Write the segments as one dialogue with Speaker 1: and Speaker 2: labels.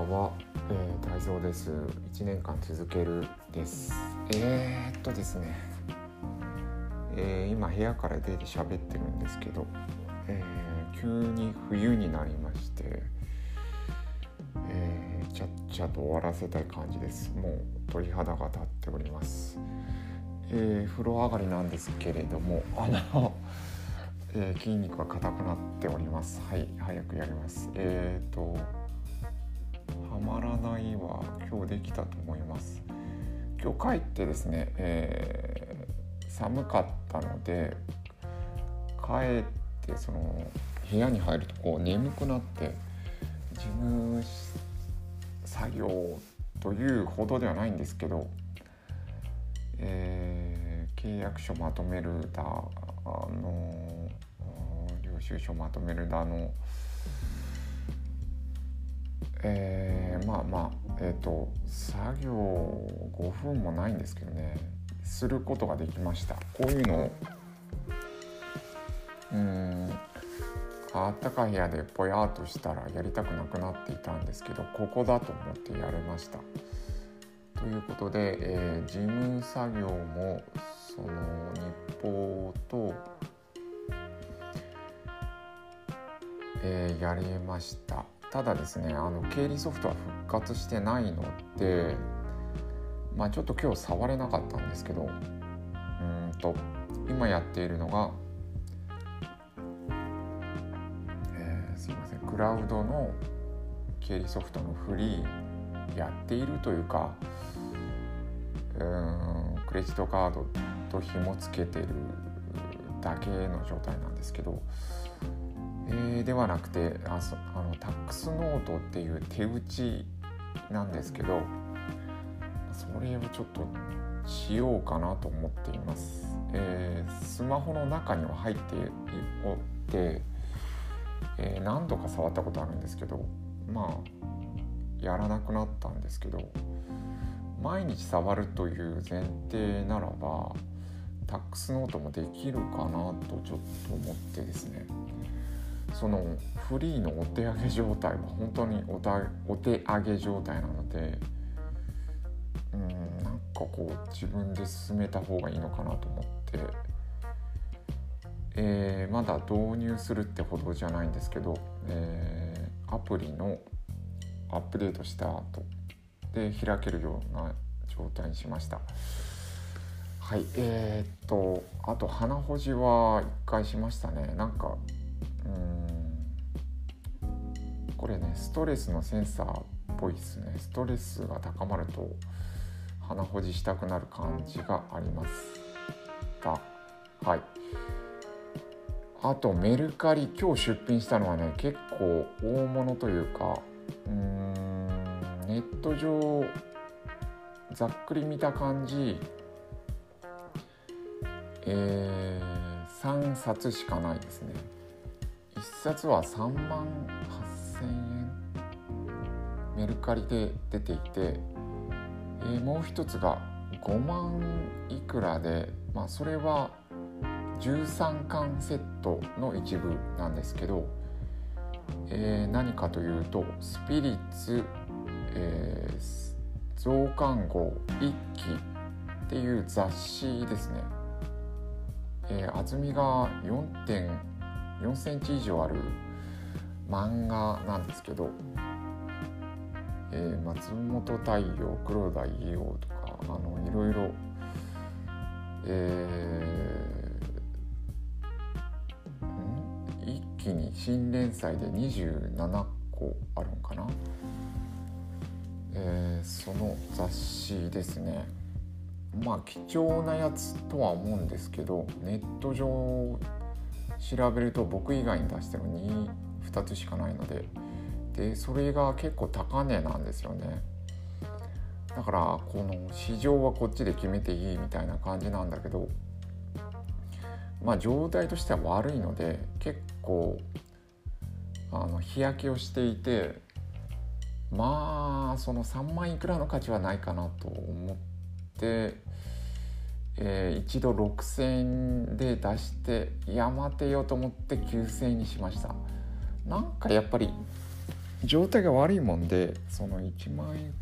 Speaker 1: は、大蔵です。1年間続けるです。ですね、今部屋から出て喋ってるんですけど、急に冬になりまして、ちゃっちゃと終わらせたい感じです。もう鳥肌が立っております。風呂上がりなんですけれども、筋肉が硬くなっております。はい、早くやります。はまらないは今日できたと思います。今日帰ってですね、寒かったので帰ってその部屋に入るとこう眠くなって事務作業というほどではないんですけど、契約書まとめるだ領収書まとめるだの作業5分もないんですけどね、することができました。こういうのをあったかい部屋でぽやっとしたらやりたくなくなっていたんですけど、ここだと思ってやれました。ということで、事務作業もその日報と、やれました。ただですね、経理ソフトは復活してないので、ちょっと今日触れなかったんですけど、今やっているのが、クラウドの経理ソフトのフリーやっているというか、クレジットカードと紐付けてるだけの状態なんですけど、ではなくてタックスノートっていう手打ちなんですけど、それをちょっとしようかなと思っています。スマホの中には入っておって、何度か触ったことあるんですけど、やらなくなったんですけど、毎日触るという前提ならばタックスノートもできるかなとちょっと思ってですね、そのフリーのお手上げ状態は本当にお手上げ状態なので、なんかこう自分で進めた方がいいのかなと思って、まだ導入するってほどじゃないんですけど、アプリのアップデートした後で開けるような状態にしました。はい、あと鼻ほじは1回しましたね。これね、ストレスのセンサーっぽいですね。ストレスが高まると鼻ほじしたくなる感じがありますが、はい。あとメルカリ、今日出品したのはね、結構大物というか、ネット上ざっくり見た感じ、3冊しかないですね。1冊は3万8000円メルカリで出ていて、もう一つが5万いくらで、それは13巻セットの一部なんですけど、何かというとスピリッツ、増刊号1期っていう雑誌ですね。厚みが 4.4 センチ以上ある漫画なんですけど、松本太陽、黒田伊代とかいろいろ、一気に新連載で27個あるのかな、その雑誌ですね。貴重なやつとは思うんですけど、ネット上調べると僕以外に出してる2つしかないので、それが結構高値なんですよね。だからこの市場はこっちで決めていいみたいな感じなんだけど、状態としては悪いので結構日焼けをしていて、その3万いくらの価値はないかなと思って、一度6000円で出して待てよと思って9000円にしました。やっぱり状態が悪いもんで、その1万円、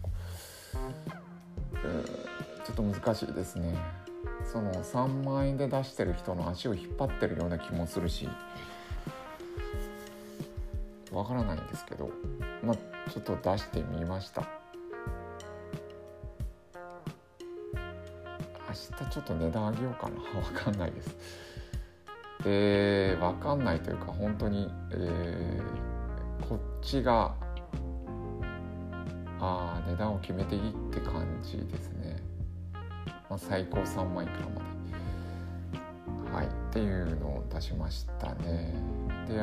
Speaker 1: ちょっと難しいですね。その3万円で出してる人の足を引っ張ってるような気もするし、わからないんですけど、ちょっと出してみました。明日ちょっと値段上げようかな、わかんないです。で、わかんないというか本当に、こっちが値段を決めていいって感じですね。最高3万いくらまで、はい、っていうのを出しましたね。で、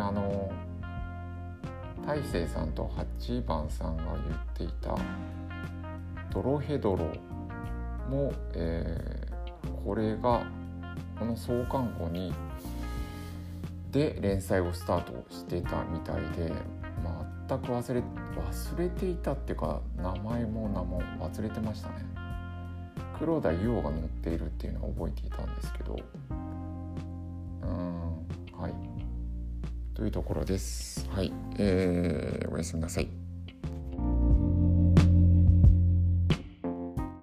Speaker 1: 大勢さんと8番さんが言っていたドロヘドロも、これがこの創刊号で連載をスタートしてたみたいで、全く忘れていたっていうか、名前も忘れてましたね。黒田優が載っているっていうのは覚えていたんですけど、はい、というところです。はい、おやすみなさい。